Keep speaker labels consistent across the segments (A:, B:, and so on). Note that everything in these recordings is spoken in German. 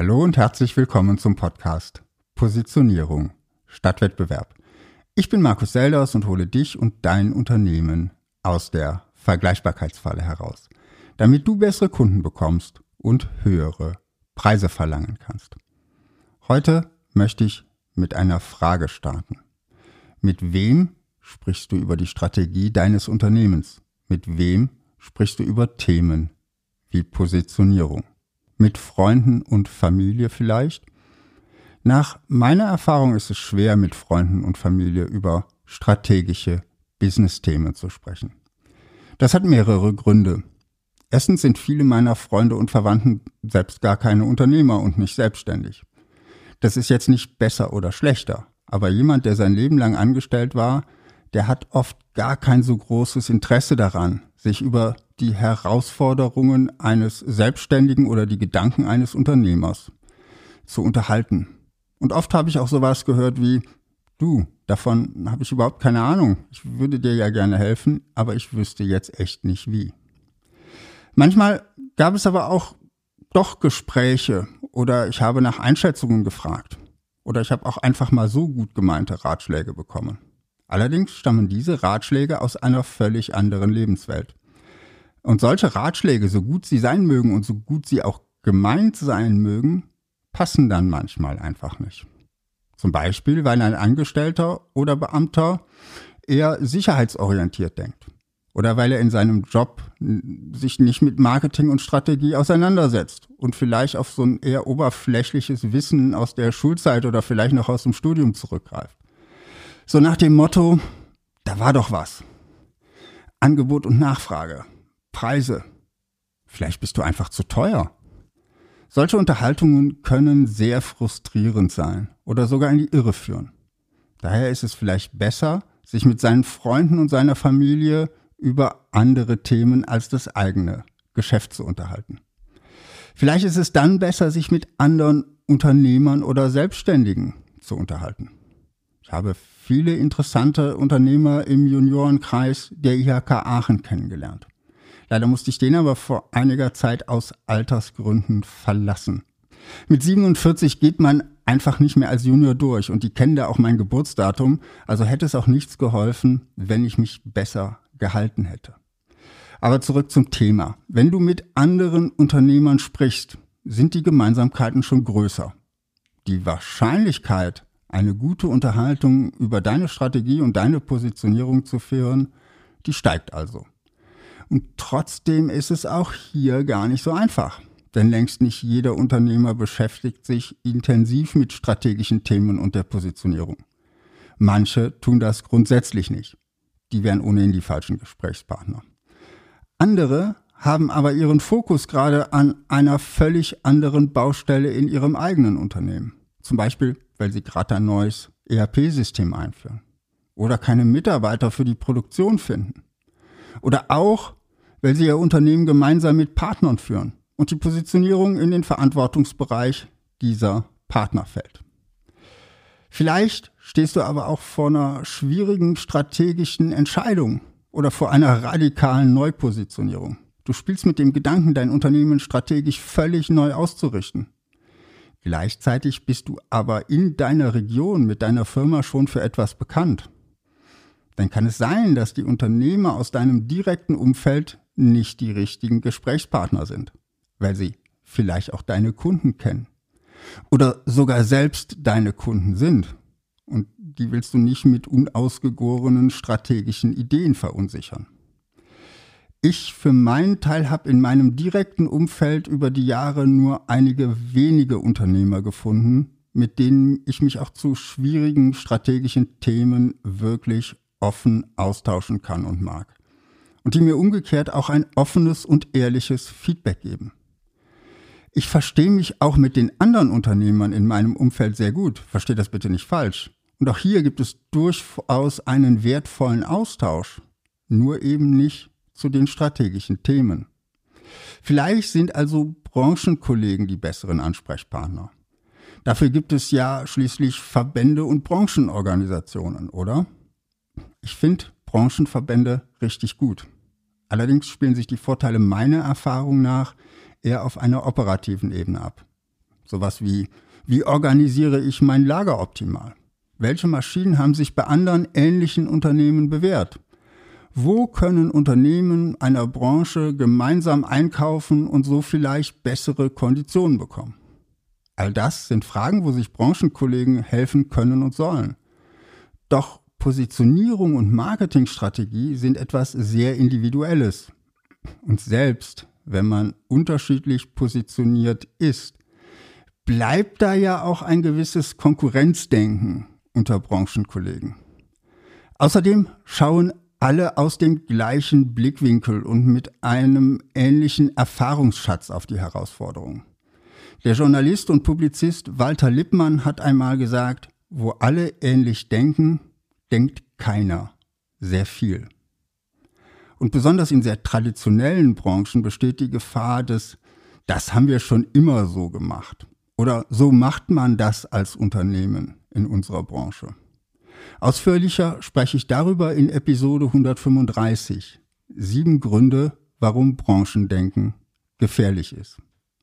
A: Hallo und herzlich willkommen zum Podcast Positionierung statt Wettbewerb. Ich bin Markus Selders und hole dich und dein Unternehmen aus der Vergleichbarkeitsfalle heraus, damit du bessere Kunden bekommst und höhere Preise verlangen kannst. Heute möchte ich mit einer Frage starten. Mit wem sprichst du über die Strategie deines Unternehmens? Mit wem sprichst du über Themen wie Positionierung? Mit Freunden und Familie vielleicht? Nach meiner Erfahrung ist es schwer, mit Freunden und Familie über strategische Business-Themen zu sprechen. Das hat mehrere Gründe. Erstens sind viele meiner Freunde und Verwandten selbst gar keine Unternehmer und nicht selbstständig. Das ist jetzt nicht besser oder schlechter, aber jemand, der sein Leben lang angestellt war, der hat oft gar kein so großes Interesse daran, sich über die Herausforderungen eines Selbstständigen oder die Gedanken eines Unternehmers zu unterhalten. Und oft habe ich auch sowas gehört wie, du, davon habe ich überhaupt keine Ahnung. Ich würde dir ja gerne helfen, aber ich wüsste jetzt echt nicht wie. Manchmal gab es aber auch doch Gespräche oder ich habe nach Einschätzungen gefragt. Oder ich habe auch einfach mal so gut gemeinte Ratschläge bekommen. Allerdings stammen diese Ratschläge aus einer völlig anderen Lebenswelt. Und solche Ratschläge, so gut sie sein mögen und so gut sie auch gemeint sein mögen, passen dann manchmal einfach nicht. Zum Beispiel, weil ein Angestellter oder Beamter eher sicherheitsorientiert denkt. Oder weil er in seinem Job sich nicht mit Marketing und Strategie auseinandersetzt und vielleicht auf so ein eher oberflächliches Wissen aus der Schulzeit oder vielleicht noch aus dem Studium zurückgreift. So nach dem Motto, da war doch was. Angebot und Nachfrage, Preise. Vielleicht bist du einfach zu teuer. Solche Unterhaltungen können sehr frustrierend sein oder sogar in die Irre führen. Daher ist es vielleicht besser, sich mit seinen Freunden und seiner Familie über andere Themen als das eigene Geschäft zu unterhalten. Vielleicht ist es dann besser, sich mit anderen Unternehmern oder Selbstständigen zu unterhalten. Ich habe viele interessante Unternehmer im Juniorenkreis der IHK Aachen kennengelernt. Leider musste ich den aber vor einiger Zeit aus Altersgründen verlassen. Mit 47 geht man einfach nicht mehr als Junior durch und die kennen da auch mein Geburtsdatum, also hätte es auch nichts geholfen, wenn ich mich besser gehalten hätte. Aber zurück zum Thema. Wenn du mit anderen Unternehmern sprichst, sind die Gemeinsamkeiten schon größer. Die Wahrscheinlichkeit, eine gute Unterhaltung über deine Strategie und deine Positionierung zu führen, die steigt also. Und trotzdem ist es auch hier gar nicht so einfach. Denn längst nicht jeder Unternehmer beschäftigt sich intensiv mit strategischen Themen und der Positionierung. Manche tun das grundsätzlich nicht. Die wären ohnehin die falschen Gesprächspartner. Andere haben aber ihren Fokus gerade an einer völlig anderen Baustelle in ihrem eigenen Unternehmen. Zum Beispiel, weil sie gerade ein neues ERP-System einführen. Oder keine Mitarbeiter für die Produktion finden. Oder auch, weil sie ihr Unternehmen gemeinsam mit Partnern führen und die Positionierung in den Verantwortungsbereich dieser Partner fällt. Vielleicht stehst du aber auch vor einer schwierigen strategischen Entscheidung oder vor einer radikalen Neupositionierung. Du spielst mit dem Gedanken, dein Unternehmen strategisch völlig neu auszurichten. Gleichzeitig bist du aber in deiner Region mit deiner Firma schon für etwas bekannt. Dann kann es sein, dass die Unternehmer aus deinem direkten Umfeld nicht die richtigen Gesprächspartner sind, weil sie vielleicht auch deine Kunden kennen oder sogar selbst deine Kunden sind. Und die willst du nicht mit unausgegorenen strategischen Ideen verunsichern. Ich für meinen Teil habe in meinem direkten Umfeld über die Jahre nur einige wenige Unternehmer gefunden, mit denen ich mich auch zu schwierigen strategischen Themen wirklich offen austauschen kann und mag. Und die mir umgekehrt auch ein offenes und ehrliches Feedback geben. Ich verstehe mich auch mit den anderen Unternehmern in meinem Umfeld sehr gut. Verstehe das bitte nicht falsch. Und auch hier gibt es durchaus einen wertvollen Austausch, nur eben nicht zu den strategischen Themen. Vielleicht sind also Branchenkollegen die besseren Ansprechpartner. Dafür gibt es ja schließlich Verbände und Branchenorganisationen, oder? Ich finde Branchenverbände richtig gut. Allerdings spielen sich die Vorteile meiner Erfahrung nach eher auf einer operativen Ebene ab. Sowas wie organisiere ich mein Lager optimal? Welche Maschinen haben sich bei anderen ähnlichen Unternehmen bewährt? Wo können Unternehmen einer Branche gemeinsam einkaufen und so vielleicht bessere Konditionen bekommen? All das sind Fragen, wo sich Branchenkollegen helfen können und sollen. Doch Positionierung und Marketingstrategie sind etwas sehr Individuelles. Und selbst wenn man unterschiedlich positioniert ist, bleibt da ja auch ein gewisses Konkurrenzdenken unter Branchenkollegen. Außerdem schauen alle aus dem gleichen Blickwinkel und mit einem ähnlichen Erfahrungsschatz auf die Herausforderung. Der Journalist und Publizist Walter Lippmann hat einmal gesagt, wo alle ähnlich denken, denkt keiner sehr viel. Und besonders in sehr traditionellen Branchen besteht die Gefahr des, das haben wir schon immer so gemacht. Oder so macht man das als Unternehmen in unserer Branche. Ausführlicher spreche ich darüber in Episode 135. 7 Gründe, warum Branchendenken gefährlich ist.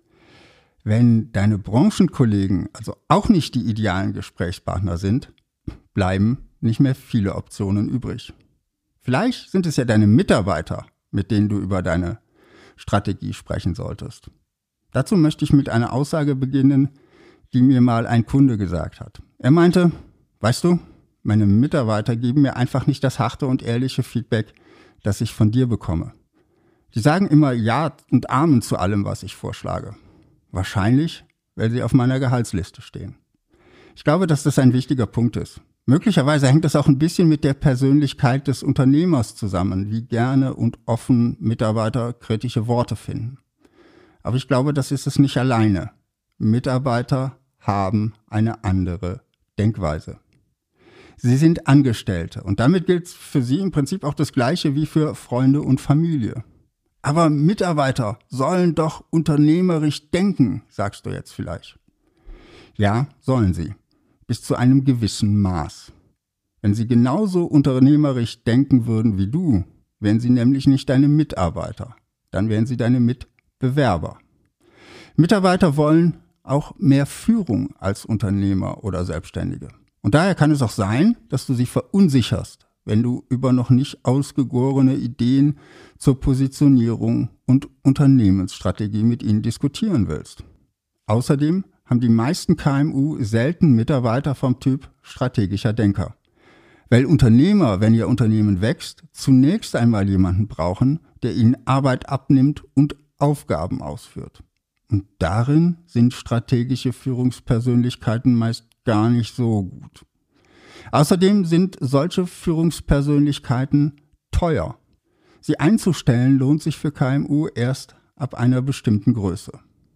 A: Wenn deine Branchenkollegen also auch nicht die idealen Gesprächspartner sind, bleiben nicht mehr viele Optionen übrig. Vielleicht sind es ja deine Mitarbeiter, mit denen du über deine Strategie sprechen solltest. Dazu möchte ich mit einer Aussage beginnen, die mir mal ein Kunde gesagt hat. Er meinte, weißt du, meine Mitarbeiter geben mir einfach nicht das harte und ehrliche Feedback, das ich von dir bekomme. Die sagen immer Ja und Amen zu allem, was ich vorschlage. Wahrscheinlich, weil sie auf meiner Gehaltsliste stehen. Ich glaube, dass das ein wichtiger Punkt ist. Möglicherweise hängt das auch ein bisschen mit der Persönlichkeit des Unternehmers zusammen, wie gerne und offen Mitarbeiter kritische Worte finden. Aber ich glaube, das ist es nicht alleine. Mitarbeiter haben eine andere Denkweise. Sie sind Angestellte und damit gilt für sie im Prinzip auch das Gleiche wie für Freunde und Familie. Aber Mitarbeiter sollen doch unternehmerisch denken, sagst du jetzt vielleicht. Ja, sollen sie. Bis zu einem gewissen Maß. Wenn sie genauso unternehmerisch denken würden wie du, wären sie nämlich nicht deine Mitarbeiter. Dann wären sie deine Mitbewerber. Mitarbeiter wollen auch mehr Führung als Unternehmer oder Selbstständige. Und daher kann es auch sein, dass du sie verunsicherst, wenn du über noch nicht ausgegorene Ideen zur Positionierung und Unternehmensstrategie mit ihnen diskutieren willst. Außerdem haben die meisten KMU selten Mitarbeiter vom Typ strategischer Denker. Weil Unternehmer, wenn ihr Unternehmen wächst, zunächst einmal jemanden brauchen, der ihnen Arbeit abnimmt und Aufgaben ausführt. Und darin sind strategische Führungspersönlichkeiten meist gar nicht so gut. Außerdem sind solche Führungspersönlichkeiten teuer. Sie einzustellen lohnt sich für KMU erst ab einer bestimmten Größe.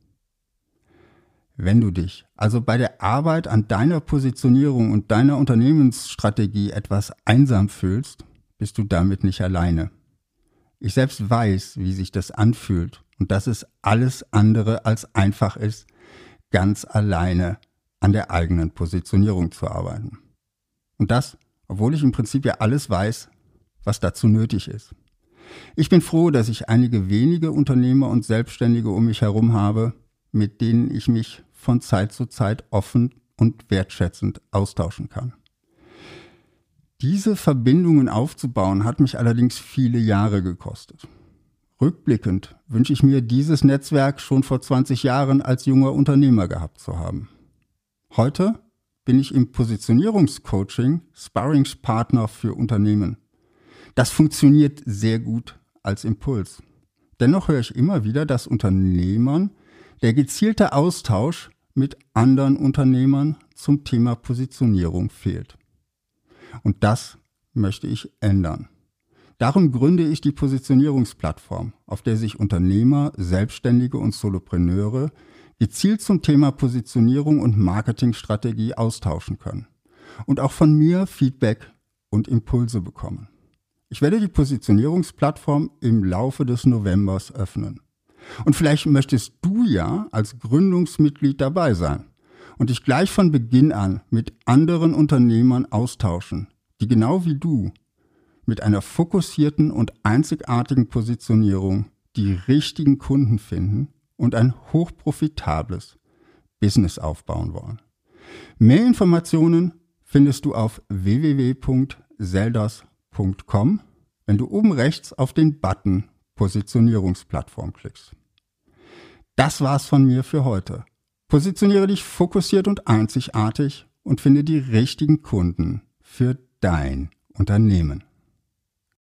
A: Wenn du dich also bei der Arbeit an deiner Positionierung und deiner Unternehmensstrategie etwas einsam fühlst, bist du damit nicht alleine. Ich selbst weiß, wie sich das anfühlt und dass es alles andere als einfach ist, ganz alleine an der eigenen Positionierung zu arbeiten. Und das, obwohl ich im Prinzip ja alles weiß, was dazu nötig ist. Ich bin froh, dass ich einige wenige Unternehmer und Selbstständige um mich herum habe, mit denen ich mich von Zeit zu Zeit offen und wertschätzend austauschen kann. Diese Verbindungen aufzubauen, hat mich allerdings viele Jahre gekostet. Rückblickend wünsche ich mir, dieses Netzwerk schon vor 20 Jahren als junger Unternehmer gehabt zu haben. Heute bin ich im Positionierungscoaching Sparringspartner für Unternehmen. Das funktioniert sehr gut als Impuls. Dennoch höre ich immer wieder, dass Unternehmern der gezielte Austausch mit anderen Unternehmern zum Thema Positionierung fehlt. Und das möchte ich ändern. Darum gründe ich die Positionierungsplattform, auf der sich Unternehmer, Selbstständige und Solopreneure gezielt zum Thema Positionierung und Marketingstrategie austauschen können und auch von mir Feedback und Impulse bekommen. Ich werde die Positionierungsplattform im Laufe des Novembers öffnen. Und vielleicht möchtest du ja als Gründungsmitglied dabei sein und dich gleich von Beginn an mit anderen Unternehmern austauschen, die genau wie du mit einer fokussierten und einzigartigen Positionierung die richtigen Kunden finden und ein hochprofitables Business aufbauen wollen. Mehr Informationen findest du auf www.seldos.com, wenn du oben rechts auf den Button Positionierungsplattform klickst. Das war's von mir für heute. Positioniere dich fokussiert und einzigartig und finde die richtigen Kunden für dein Unternehmen.